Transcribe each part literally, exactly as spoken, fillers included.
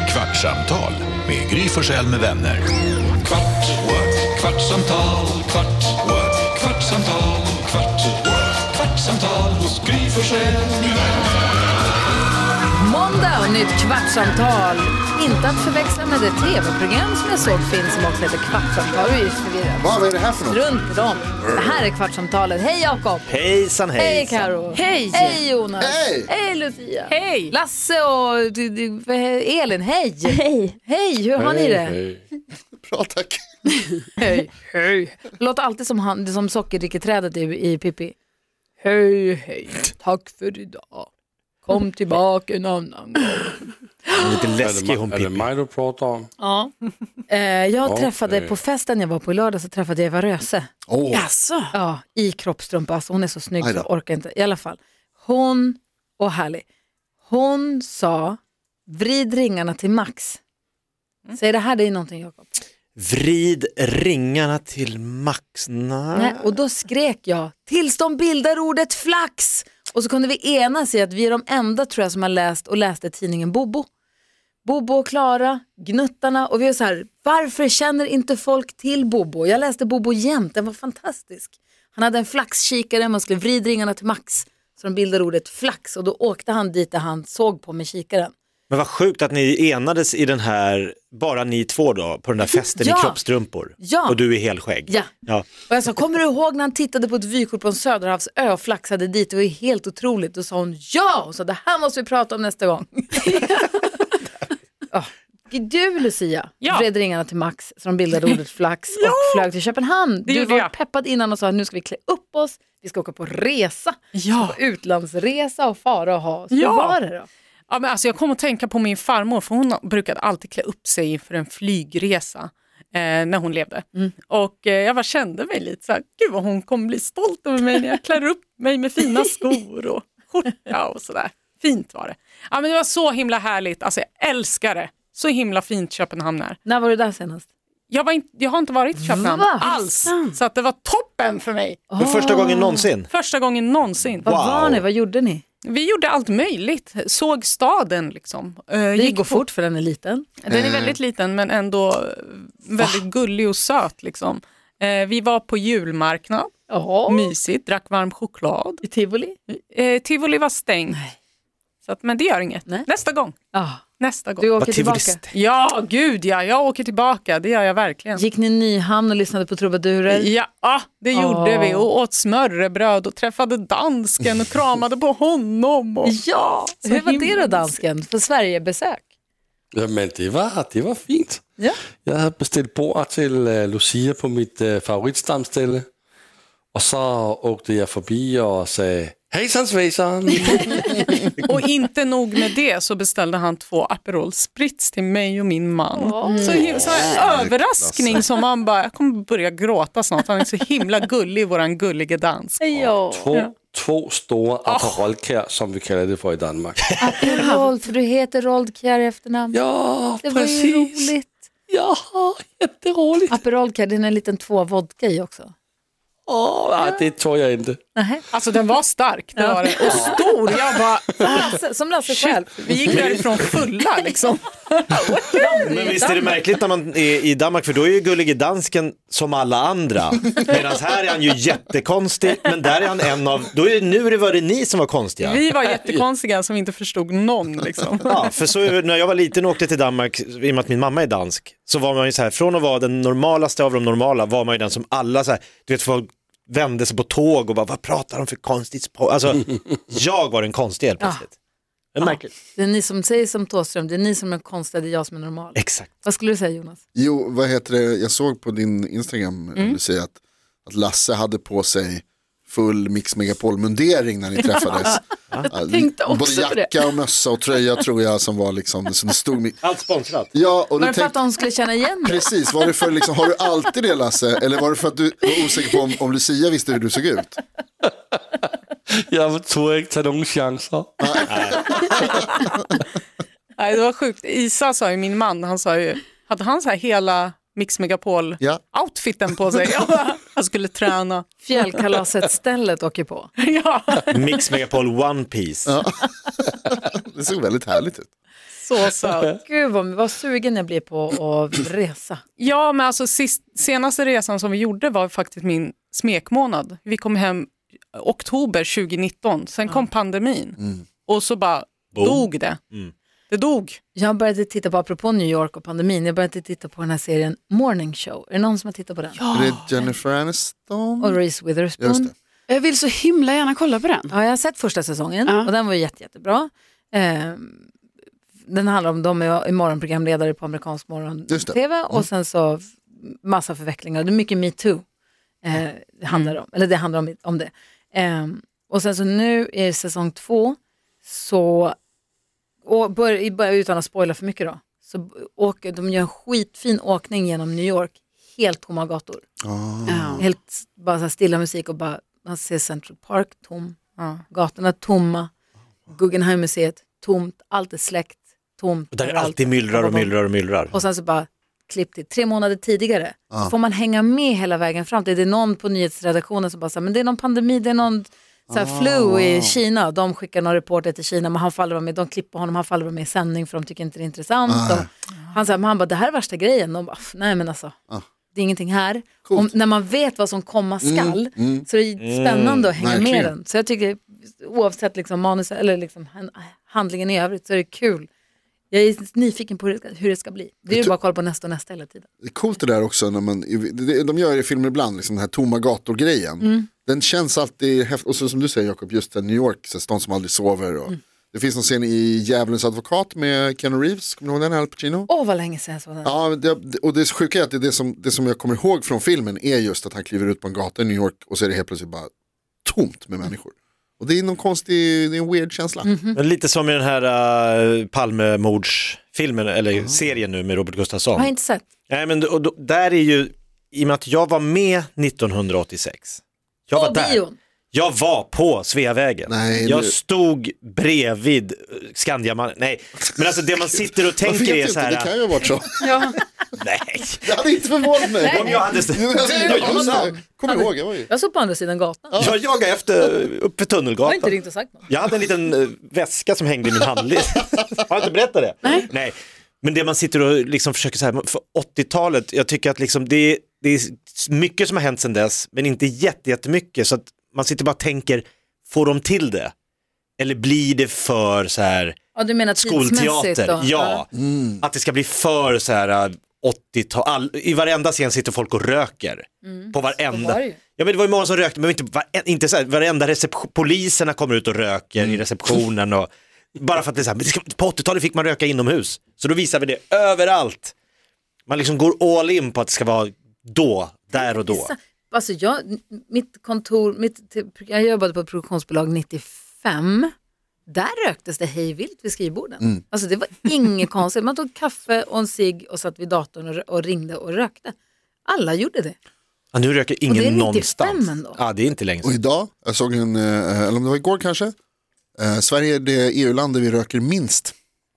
Kvartsamtal med Gry Forssell med vänner. Kvart, what? Kvartsamtal, kvart, what? Kvartsamtal, kvart, what? Kvartsamtal hos Gry Forssell med vänner. Måndag och nytt Kvartsamtal. Inte att förväxla med det tv-program som jag såg finns som också heter Kvartsamtal. Vi är förvirrade. Vad är det här för något? Runt dem. Det här är Kvartsamtalet. Hej Jakob. Hejsan, hejsan. Hej Karo. Hej. Hej Jonas. Hej. Hej Lucia. Hej. Lasse och du, du, Elin. Hej. Hej. Hej, hur har ni det? Bra, tack. Hej. Hej. Det låter alltid som, han, som sockerdricketrädet i, i Pippi. Hej, hej. Tack för idag. Kom tillbaka en annan gång. Lite läskig hon Är det Pippi. mig du pratar om? Ja. Eh, jag Okay. träffade på festen jag var på i lördag så träffade jag Eva Röse. Åh, Jaså? Ja, i kroppstrumpa. Alltså, hon är så snygg Aj så då. jag orkar inte. I alla fall. Hon, och härlig. Hon sa, vrid ringarna till max. Säg det här, det är någonting Jakob. Vrid ringarna till max. Nej, och då skrek jag, tills de bildar ordet flax. Och så kunde vi enas i att vi är de enda tror jag som har läst och läste tidningen Bobo. Bobo och Klara, Gnuttarna, och vi är så här, varför känner inte folk till Bobo? Jag läste Bobo jämt, den var fantastisk. Han hade en flaxkikare, man skulle vrida ringarna till max så de bildade ordet flax, och då åkte han dit där han såg på med kikaren. Men vad sjukt att ni enades i den här, bara ni två då, på den där festen Ja. i kroppstrumpor. Ja. Och du är helskägg. Ja. Ja. Och jag sa, kommer du ihåg när han tittade på ett vykort på en Söderhavsö och flaxade dit? Det var ju helt otroligt. Då sa hon, ja! Och så det här måste vi prata om nästa gång. oh. Du Lucia, Ja. vred ringarna till max så de bildade ordet flax och flög till Köpenhamn. Det Du gjorde var jag. peppad innan och sa, nu ska vi klä upp oss. Vi ska åka på resa. Ja. På utlandsresa och fara och ha. Så Ja. vad var det då? Ja, men alltså jag kom att tänka på min farmor, för hon brukade alltid klä upp sig inför en flygresa eh, när hon levde. Mm. Och eh, jag bara kände mig lite så här, gud vad hon kommer bli stolt över mig när jag klär upp mig med fina skor och skjorta och sådär. Fint var det. Ja, men det var så himla härligt, alltså jag älskar det. Så himla fint Köpenhamn är. När var du där senast? Jag, var inte, jag har inte varit i Köpenhamn Va? alls, så att det var toppen för mig. För första gången någonsin. Första gången någonsin. Vad Wow. var ni? Vad gjorde ni? Vi gjorde allt möjligt. Såg staden liksom. Uh, Det gick går på- fort för den är liten. Den är väldigt liten men ändå eh, väldigt gullig och söt liksom. Eh, vi var på julmarknad. Ja. Mysigt, drack varm choklad. I Tivoli? Eh, Tivoli var stängt. Så att, men det gör inget. Nej. Nästa gång. Ja. Nästa gång. Du åker Vad tillbaka. Tivoli- Ja, gud ja. Jag åker tillbaka. Det gör jag verkligen. Gick ni i Nyhamn och lyssnade på trubadurer? Ja, ah, det gjorde Åh. vi. Och åt smörrebröd och träffade dansken och kramade på honom. Och... Ja, Så hur var det himla då dansken för Sverigebesök? Ja, men det var, det var fint. Ja. Jag hade beställt bord till uh, Lucia på mitt uh, favoritstamställe. Och så åkte jag förbi och sa, hejsan svejsan. Och inte nog med det så beställde han två Aperol Spritz till mig och min man. Så, him- så här, överraskning som man bara, jag kommer börja gråta snart. Han är så himla gullig, våran gullige dansk. Ja. Två, två stora Aperolkär som vi kallar det för i Danmark. Aperol, för du heter Roldkjær i efternamn. Ja, Det var ju precis. roligt. Ja, jätteroligt. Aperolkjær, det är en liten två vodka i också. Åh, nej, det tror jag inte. Nähä. Alltså den var stark, det var det. Och stor, jag bara, Lasse, som Lasse själv. vi gick därifrån fulla liksom. Men visst är det märkligt när man är i Danmark, för då är ju gullige dansken som alla andra. Medan här är han ju jättekonstig, men där är han en av, då är, nu var det ni som var konstiga. Vi var jättekonstiga som inte förstod någon liksom. Ja, för så när jag var liten och åkte till Danmark, i och med att min mamma är dansk, så var man ju så här, från att vara den normalaste av de normala var man ju den som alla så här, du vet, folk vände sig på tåg och bara, vad pratar de för konstigt språk? Alltså, jag var den konstiga helt plötsligt. Det är märkligt. Det är ni som säger som Tåström, det är ni som är konstiga, det är jag som är normal. Exakt. Vad skulle du säga Jonas? Jo, vad heter det? Jag såg på din Instagram, Lucia, att, att Lasse hade på sig full Mix Megapol-mundering när ni träffades. Jag tänkte också Både på det. jacka och mössa och tröja tror jag som var liksom, som stod mi- Allt sponsrat. Ja, och Var du det för att tänkte, de skulle känna igen dig? precis, var det för liksom, har du alltid det Lasse? Eller var det för att du var osäker på om, om Lucia visste hur du såg ut? Jag tror inte ta någon chanser. Nej, det var sjukt. Isa sa ju, min man, han sa ju, hade han så här hela Mix Megapol Ja. outfiten på sig? Jag bara, han skulle träna. Fjällkalaset stället åker på. Ja. Mix Megapol One Piece. Det såg väldigt härligt ut. Så söt. Gud vad, vad sugen jag blir på att resa. Ja, men alltså sist, senaste resan som vi gjorde var faktiskt min smekmånad. Vi kom hem oktober tjugonitton, sen kom pandemin. Mm. Och så bara Boom. dog det. Mm. Det dog. Jag började titta på, apropå New York och pandemin, jag började titta på den här serien Morning Show. Är det någon som har tittat på den? Är det Jennifer Aniston? Och Reese Witherspoon. Just det. Jag vill så himla gärna kolla på den. Ja, jag har sett första säsongen Ja. och den var jätte, jättebra. Eh, den handlar om de är morgonprogramledare på amerikansk morgon-tv och sen så massa förvecklingar. Det är mycket Me Too eh, det handlar om, eller det handlar om, om det. Eh, och sen så nu i säsong två så, och bör, bör, utan att spoila för mycket då, så åker, de gör en skitfin åkning genom New York, helt tomma gator. Ah. Ja. Helt bara så här stilla musik och bara, man ser Central Park tom, ja, gatorna tomma, Guggenheim-museet tomt, allt är släckt, tomt. Och där är överallt. alltid myllrar och myllrar och myllrar. Och sen så bara klipp till tre månader tidigare. Ah. Så får man hänga med hela vägen fram till det är någon på nyhetsredaktionen som bara säger men det är någon pandemi, det är någon så här flu i Kina. De skickar någon reporter till Kina men han faller vara med, de klipper honom, han faller vara med i sändning för de tycker inte det är intressant. Ah. Och han säger, men han bara det här är värsta grejen. De bara, nej men alltså, Ah. det är ingenting här. Coolt. Om, när man vet vad som komma skall Mm, mm. så är det spännande att hänga verkligen. med den. Så jag tycker oavsett liksom manus eller liksom handlingen i övrigt så är det kul. Jag är nyfiken på hur det ska, hur det ska bli. Det är ju bara att kolla på nästa och nästa hela tiden. Det är coolt det där också när man, de gör i filmer ibland liksom den här tomma gator-grejen. Mm. Den känns alltid häftig, och så som du säger Jakob, just New York, så stan som aldrig sover. Och Mm. Det finns någon scen i Djävulens advokat med Keanu Reeves, kommer du ihåg den, Al Pacino? Åh vad länge sedan jag såg den. Ja, det, och det sjuka är att det, är det, som, det som jag kommer ihåg från filmen är just att han kliver ut på en gata i New York och så är det helt plötsligt bara tomt med människor. Och det är någon konstig, det är en weird känsla. Mm. Men lite som i den här uh, Palmemordsfilmen, eller serien nu med Robert Gustafsson. Jag har inte sett. Nej, men och då, där är ju, i och med att jag var med nittonhundraåttiosex. Jag var På där. bion. Jag var på Sveavägen. Nej, jag du- stod bredvid Skandiaman. Nej, men alltså det man sitter och Jag tänker vet är inte, så här. det kan ju ha varit så. Ja. Nej. Det hade inte förvånat mig. Om jag hade... Just det, kommer ihåg, jag var ju. Jag såg på andra sidan gatan. Jag jagade efter upp för Jag har inte Tunnelgatan. ringt och sagt något. Jag hade en liten uh, väska som hängde i min handled. Har jag inte berättat det? Nej. Nej. Men det man sitter och liksom försöker så här, för åttiotalet, jag tycker att liksom det, det är mycket som har hänt sedan dess, men inte jätte, jättemycket. Så att man sitter bara och tänker, får de till det? Eller blir det för så här Ja, du menar tidsmässigt skolteater? då? Ja, Mm. att det ska bli för så här åttiotal, all, i varenda scen sitter folk och röker. På varenda. Så var det ju. Ja, men det var ju många som rökte, men inte, var, inte så här, varenda reception, poliserna kommer ut och röker i receptionen och bara för att det är så här, men det ska, på åttiotalet fick man röka inomhus. Så då visar vi det överallt. Man liksom går all in på att det ska vara då, där och då. Vissa- Alltså jag, mitt kontor, mitt, jag jobbade på ett produktionsbolag nittiofem. Där röktes det hej vilt vid skrivborden. Mm. Alltså det var inget konstigt. Man tog kaffe och en cigg och satt vid datorn och, och ringde och rökte. Alla gjorde det. Ja, nu röker Och det ingen är nittiofem någonstans. ändå. Ja, det är inte länge Och sedan. idag, jag såg en, eh, eller om det var igår kanske, eh, Sverige är det E U-land där vi röker minst.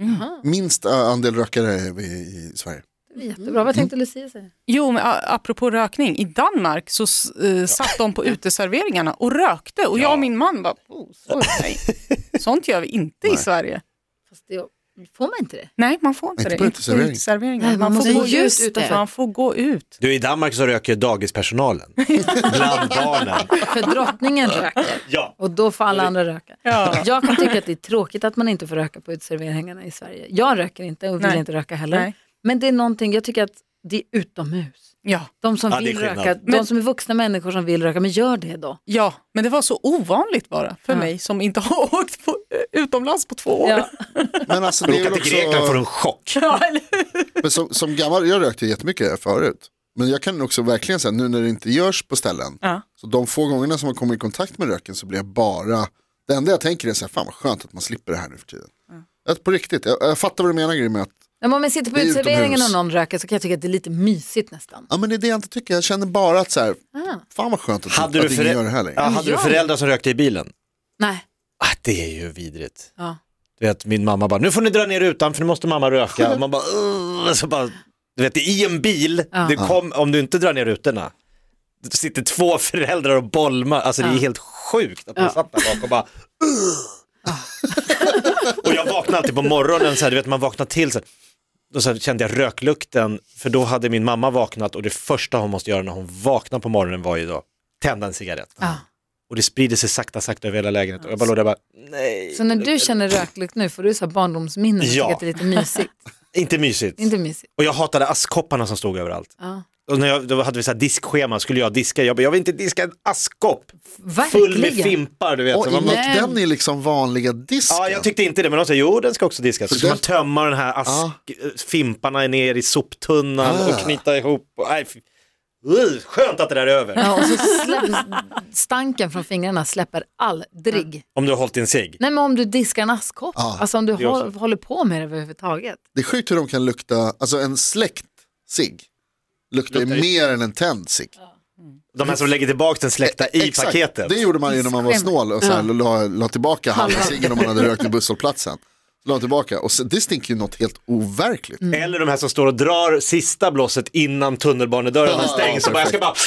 Minst eh, andel rökare är vi i Sverige. Det är jättebra. Vad tänkte Lucia säga? Jo, men a- apropå rökning, i Danmark så uh, satt de på uteserveringarna och rökte. Och jag och min man bara, oh, så, nej. Sånt gör vi inte i Sverige. Fast det, får man inte det? Nej, man får inte Inte det. på Inte på uteservering. uteserveringar. Nej, man man, måste får gå gå just ut utanför. Man får gå ut. Du, i Danmark så röker dagispersonalen bland barnen. För drottningen röker. Ja. Och då får alla andra röka. Ja. Jag kan tycka att det är tråkigt att man inte får röka på uteserveringarna i Sverige. Jag röker inte och vill Nej. inte röka heller. Nej. Men det är någonting, jag tycker att det är utomhus. Ja. De som Ja, det är vill skillnad. röka, de Men- som är vuxna människor som vill röka, men gör det då. ja, men det var så ovanligt bara för Ja. mig som inte har åkt på, utomlands på två år. Ja. Men alltså det är Åka väl till Grekland får också, en chock. Ja, eller hur? men som, som gammal, jag rökte jättemycket förut. Men jag kan också verkligen säga, nu när det inte görs på ställen, Ja. så de få gångerna som man kommer i kontakt med röken så blir jag bara, det enda jag tänker är så här, fan vad skönt att man slipper det här nu för tiden. Att på riktigt, jag, jag fattar vad du menar med att, Men om man sitter på Det är uteserveringen utomhus. och någon röker så kan jag tycka att det är lite mysigt nästan. ja men det är det jag inte tycker, jag känner bara att så här, Ah. fan vad skönt att, Hade att du, ingen förä- gör det här längre. ja, hade du Ja. föräldrar som rökte i bilen? Nej. Ah, det är ju vidrigt. Ja. Du vet, min mamma bara, nu får ni dra ner rutan för nu måste mamma röka. Och man bara, "Ugh", så bara, du vet, i en bil, Ja. det kom, om du inte drar ner rutorna, det sitter två föräldrar och bolmar, alltså det är Ja. helt sjukt att man Ja. satt där bak och bara, Och jag vaknade alltid på morgonen så här, du vet man vaknar till så här, då så här, kände jag röklukten, för då hade min mamma vaknat och det första hon måste göra när hon vaknar på morgonen var ju då tända en cigarett. Ja. Och det sprider sig sakta sakta över hela lägenheten och jag bara låg där bara, nej. Så när du känner röklukt nu får du så här barndomsminnen och Ja. tycker att det är lite mysigt. Inte mysigt. Inte mysigt. Och jag hatade askkopparna som stod överallt. Ja. Och när jag, då hade vi så här diskschema, skulle jag diska, jag bara, jag vill inte diska en askkopp full med Verkligen. fimpar, du vet. Och Så man, gick den i liksom vanliga disken? ja, jag tyckte inte det, men de sa, jo den ska också diskas. Så För ska det- man tömma den här ask, Ja. fimparna ner i soptunnan Ah. och knyta ihop. Och, nej, fy- uh, skönt att det där är över. Ja, och så släpps stanken från fingrarna släpper aldrig. Om du har hållit en cigg. Nej, men om du diskar en askkopp, Ja, alltså om du det också. håll, håller på med det överhuvudtaget. Det är sjukt hur de kan lukta, alltså en släkt cigg luktar ju Luktar ju- mer än en tänd cigg. De här som lägger tillbaka den släckta i Exakt. paketet. Det gjorde man ju när man var Diskschema. snål och så här, la, la tillbaka halva ciggen om man hade rökt i busshållplatsen. La tillbaka och så, det stinker ju något helt overkligt. Eller de här som står och drar sista blåset innan tunnelbanedörrarna Ja, stängs. Så bara, jag ska bara...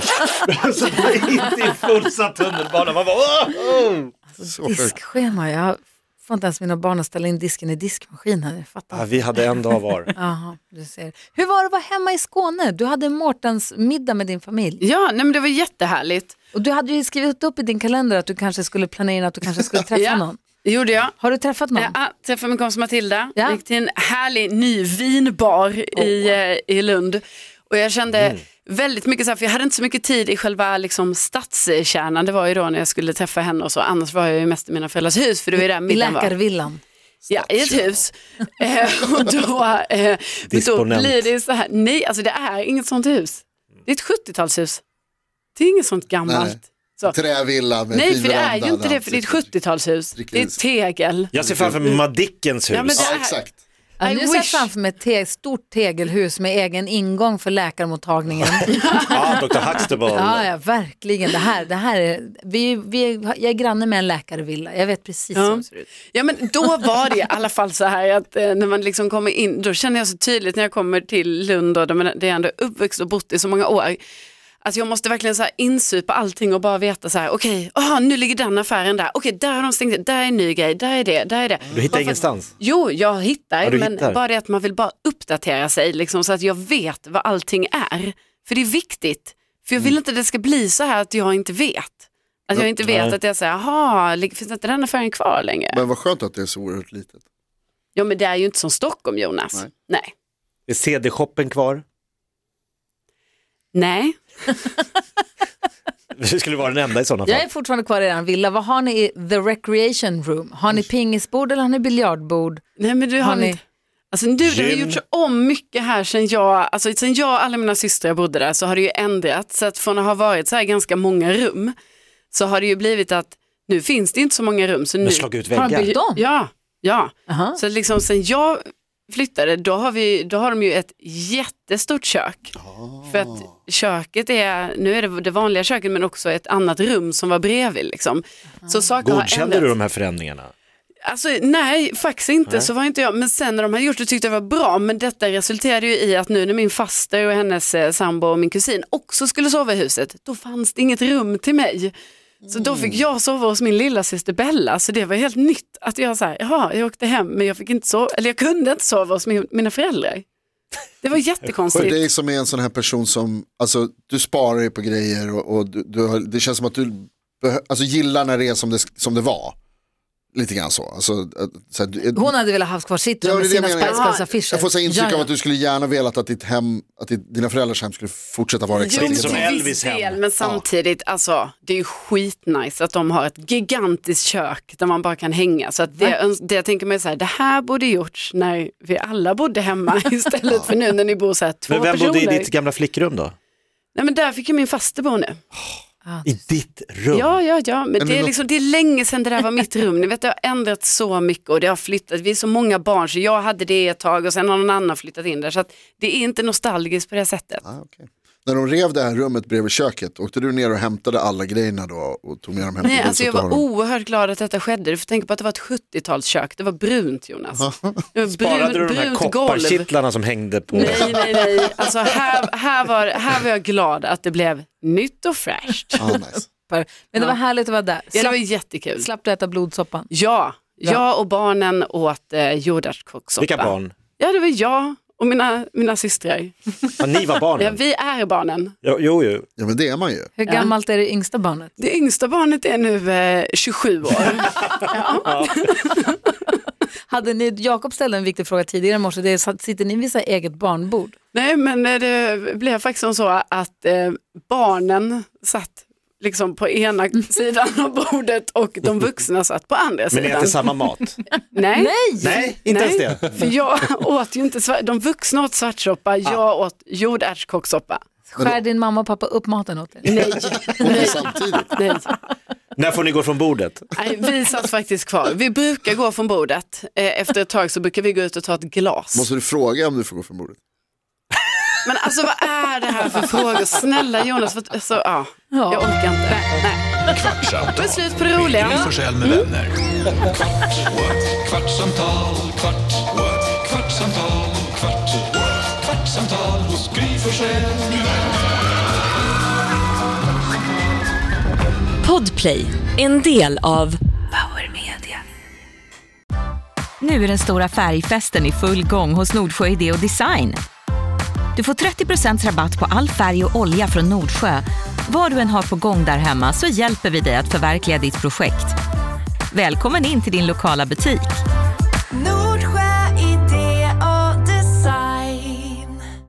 Ja. så bara inte i fullsatt tunnelbana. Man bara, åh, åh. Så sjukt. Diskschema, jag får inte ens mina barn att ställa in disken i diskmaskinen. Jag fattar. Ja, vi hade en dag var. Jaha, du ser. Hur var det att vara hemma i Skåne? Du hade Mårtens middag med din familj. Ja, nej, men det var jättehärligt. Och du hade ju skrivit upp i din kalender att du kanske skulle planera in att du kanske skulle träffa Ja. någon. Det gjorde jag. Har du träffat någon? Jag träffade min kompis Matilda. Ja. Gick till en härlig ny vinbar i, eh, i Lund. Och jag kände Mm. väldigt mycket så här, för jag hade inte så mycket tid i själva liksom, stadskärnan. Det var ju då när jag skulle träffa henne och så. Annars var jag ju mest i mina föräldrars hus, för det var ju där I middagen var. läkarvillan. Ja, i ett hus. eh, och då, eh, men då Disponent. blir det så här, nej, alltså det är inget sånt hus. Det är ett sjuttiotalshus. Det är inget sånt gammalt. Nej, Så. Trävilla med Nej, fin för det är veranda ju inte där det, för det är ett sitter. sjuttiotalshus. Det är Riktigt. ett tegel. Jag ser framför mig Madickens hus. Ja, men det- Ja, exakt. Ja, I nu ser jag wish. framför mig ett te- stort tegelhus med egen ingång för läkarmottagningen. Ja, doktor Huxtable. Ja, ja, verkligen. Det här, det här är, vi, vi, jag är granne med en läkarvilla. Jag vet precis Ja. hur det ser ut. Ja, men då var det i alla fall så här att eh, när man liksom kommer in, då känner jag så tydligt när jag kommer till Lund och där man- där jag ändå är uppväxt och bott i så många år. Alltså jag måste verkligen så här insupa allting och bara veta så här, okej, okay, nu ligger den affären där, okej, där har de stängt, där är en ny grej, där är det, där är det. Du hittar Bara för- ingenstans. Jo, jag hittar, Ja, du men hittar. bara det att man vill bara uppdatera sig liksom, så att jag vet vad allting är. För det är viktigt, för jag vill Mm. inte att det ska bli så här att jag inte vet. Att jag inte vet Nej. att jag säger, jaha, finns inte den affären kvar längre? Men vad skönt att det är så oerhört litet. Ja, men det är ju inte som Stockholm, Jonas. Nej. Nej. Är C D-shoppen kvar? Nej. Det skulle vara den enda i sådana Jag fall. är fortfarande kvar i er villa. Vad har ni i the recreation room? Har ni pingisbord eller har ni biljardbord? Nej, men du har, Har ni- inte... Alltså du, det har Gym. gjorts om mycket här sen jag, alltså sen jag och alla mina systrar bodde där så har det ju ändrats. Så att från att ha varit så här ganska många rum så har det ju blivit att nu finns det inte så många rum. Så nu Men slog ut Har de väggar. byggt om? Ja, ja. Aha. Så liksom sen jag flyttade då har, vi, då har de ju ett jättestort kök. För att köket är, nu är det det vanliga köket men också ett annat rum som var bredvid liksom. Så saker har Godkände ändrats. du de här förändringarna? Alltså nej, faktiskt inte, Nej. så var inte jag. Men sen när de hade gjort det tyckte jag det var bra. Men detta resulterade ju i att nu när min faster och hennes eh, sambo och min kusin också skulle sova i huset, då fanns det inget rum till mig. Så då fick jag sova hos min lilla syster Bella. Så det var helt nytt att jag så här, jaha, jag åkte hem men jag fick inte sova, eller jag kunde inte sova hos min, mina föräldrar. Det var För jättekonstigt. dig som är en sån här person som, alltså du sparar ju på grejer och, och du, du har, det känns som att du behö, alltså, gillar när det är som det, som det var. Lite grann så. Alltså, att- så här, du, Hon hade velat ha kvar sitt rum Ja, det med är det sina jag menar. Spice Girls-affischer. jag får säga intryck Ja, ja. av att du skulle gärna velat att ditt hem, att ditt, dina föräldrars hem skulle fortsätta vara Jo, exakt men som till likadant. viss Elvis hem. del, men samtidigt, alltså, det är ju skitnice att de har ett gigantiskt kök där man bara kan hänga. Så att det, öns- det jag tänker mig så här, det här borde gjorts när vi alla bodde hemma istället för nu när ni bor så här två Men vem personer. bodde i ditt gamla flickrum då? Nej, men där fick ju min faster bo nu. I ditt rum? Ja, ja, ja, men, Men det, är då- liksom, det är länge sedan det där var mitt rum. Ni vet, det har ändrats så mycket och det har flyttat. Vi är så många barn så jag hade det ett tag och sen har någon annan flyttat in där. Så att det är inte nostalgiskt på det sättet. Ah, okay. När de rev det här rummet bredvid köket, åkte du ner och hämtade alla grejerna då och tog med dem hem till Nej, huset alltså jag och var har dem? oerhört glad att detta skedde. Du får tänka på att det var ett sjuttiotalskök. Det var brunt, Jonas. Det var Sparade du brun, de här brunt golv. kopparkittlarna som hängde på? Nej, nej, nej. Alltså här, här, var, här var jag glad att det blev nytt och fräscht. Ah, nice. Men det var härligt att vara där. Ja, det var Slapp, jättekul. slapp du äta blodsoppan? Ja, Jag och barnen åt eh, jordärtskockssoppa. Vilka barn? Ja, det var jag och mina, mina systrar. Ja, ni var barnen? Ja, vi är barnen. Jo, jo, jo. Ja men det är man ju. Hur gammalt är det yngsta barnet? Det yngsta barnet är nu eh, tjugosju år. Ja. Hade ni, Jakob ställde en viktig fråga tidigare i morse, det är, sitter ni vid så här eget barnbord? Nej, men eh, det blev faktiskt som så att eh, barnen satt liksom på ena sidan av bordet och de vuxna satt på andra Men sidan. ni äter samma mat? Nej. Nej! Nej, inte Nej, ens det. för jag åt ju inte, svart- de vuxna åt svartsoppa, jag åt jordärtskockssoppa. Skär din mamma och pappa upp maten åt er? Nej, Nej. Samtidigt. nej. När får ni gå från bordet? Nej, vi satt faktiskt kvar. Vi brukar gå från bordet. Eh, Efter ett tag så brukar vi gå ut och ta ett glas. Måste du fråga om du får gå från bordet? Men alltså vad är det här för frågor? Snälla Jonas, för, alltså, ja, jag orkar inte. Nej, nej. Kvartsamtal Det är slut på det med roliga. Gry Forssell med vänner. Kvart, what? Kvartsamtal, kvart, what? Kvartsamtal, kvart, what? Kvartsamtal hos Gry Forssell med vänner. Podplay, en del av Power Media. Nu är den stora färgfesten i full gång hos Nordsjö Idé och Design. Du får trettio procent rabatt på all färg och olja från Nordsjö. Vad du än har på gång där hemma så hjälper vi dig att förverkliga ditt projekt. Välkommen in till din lokala butik.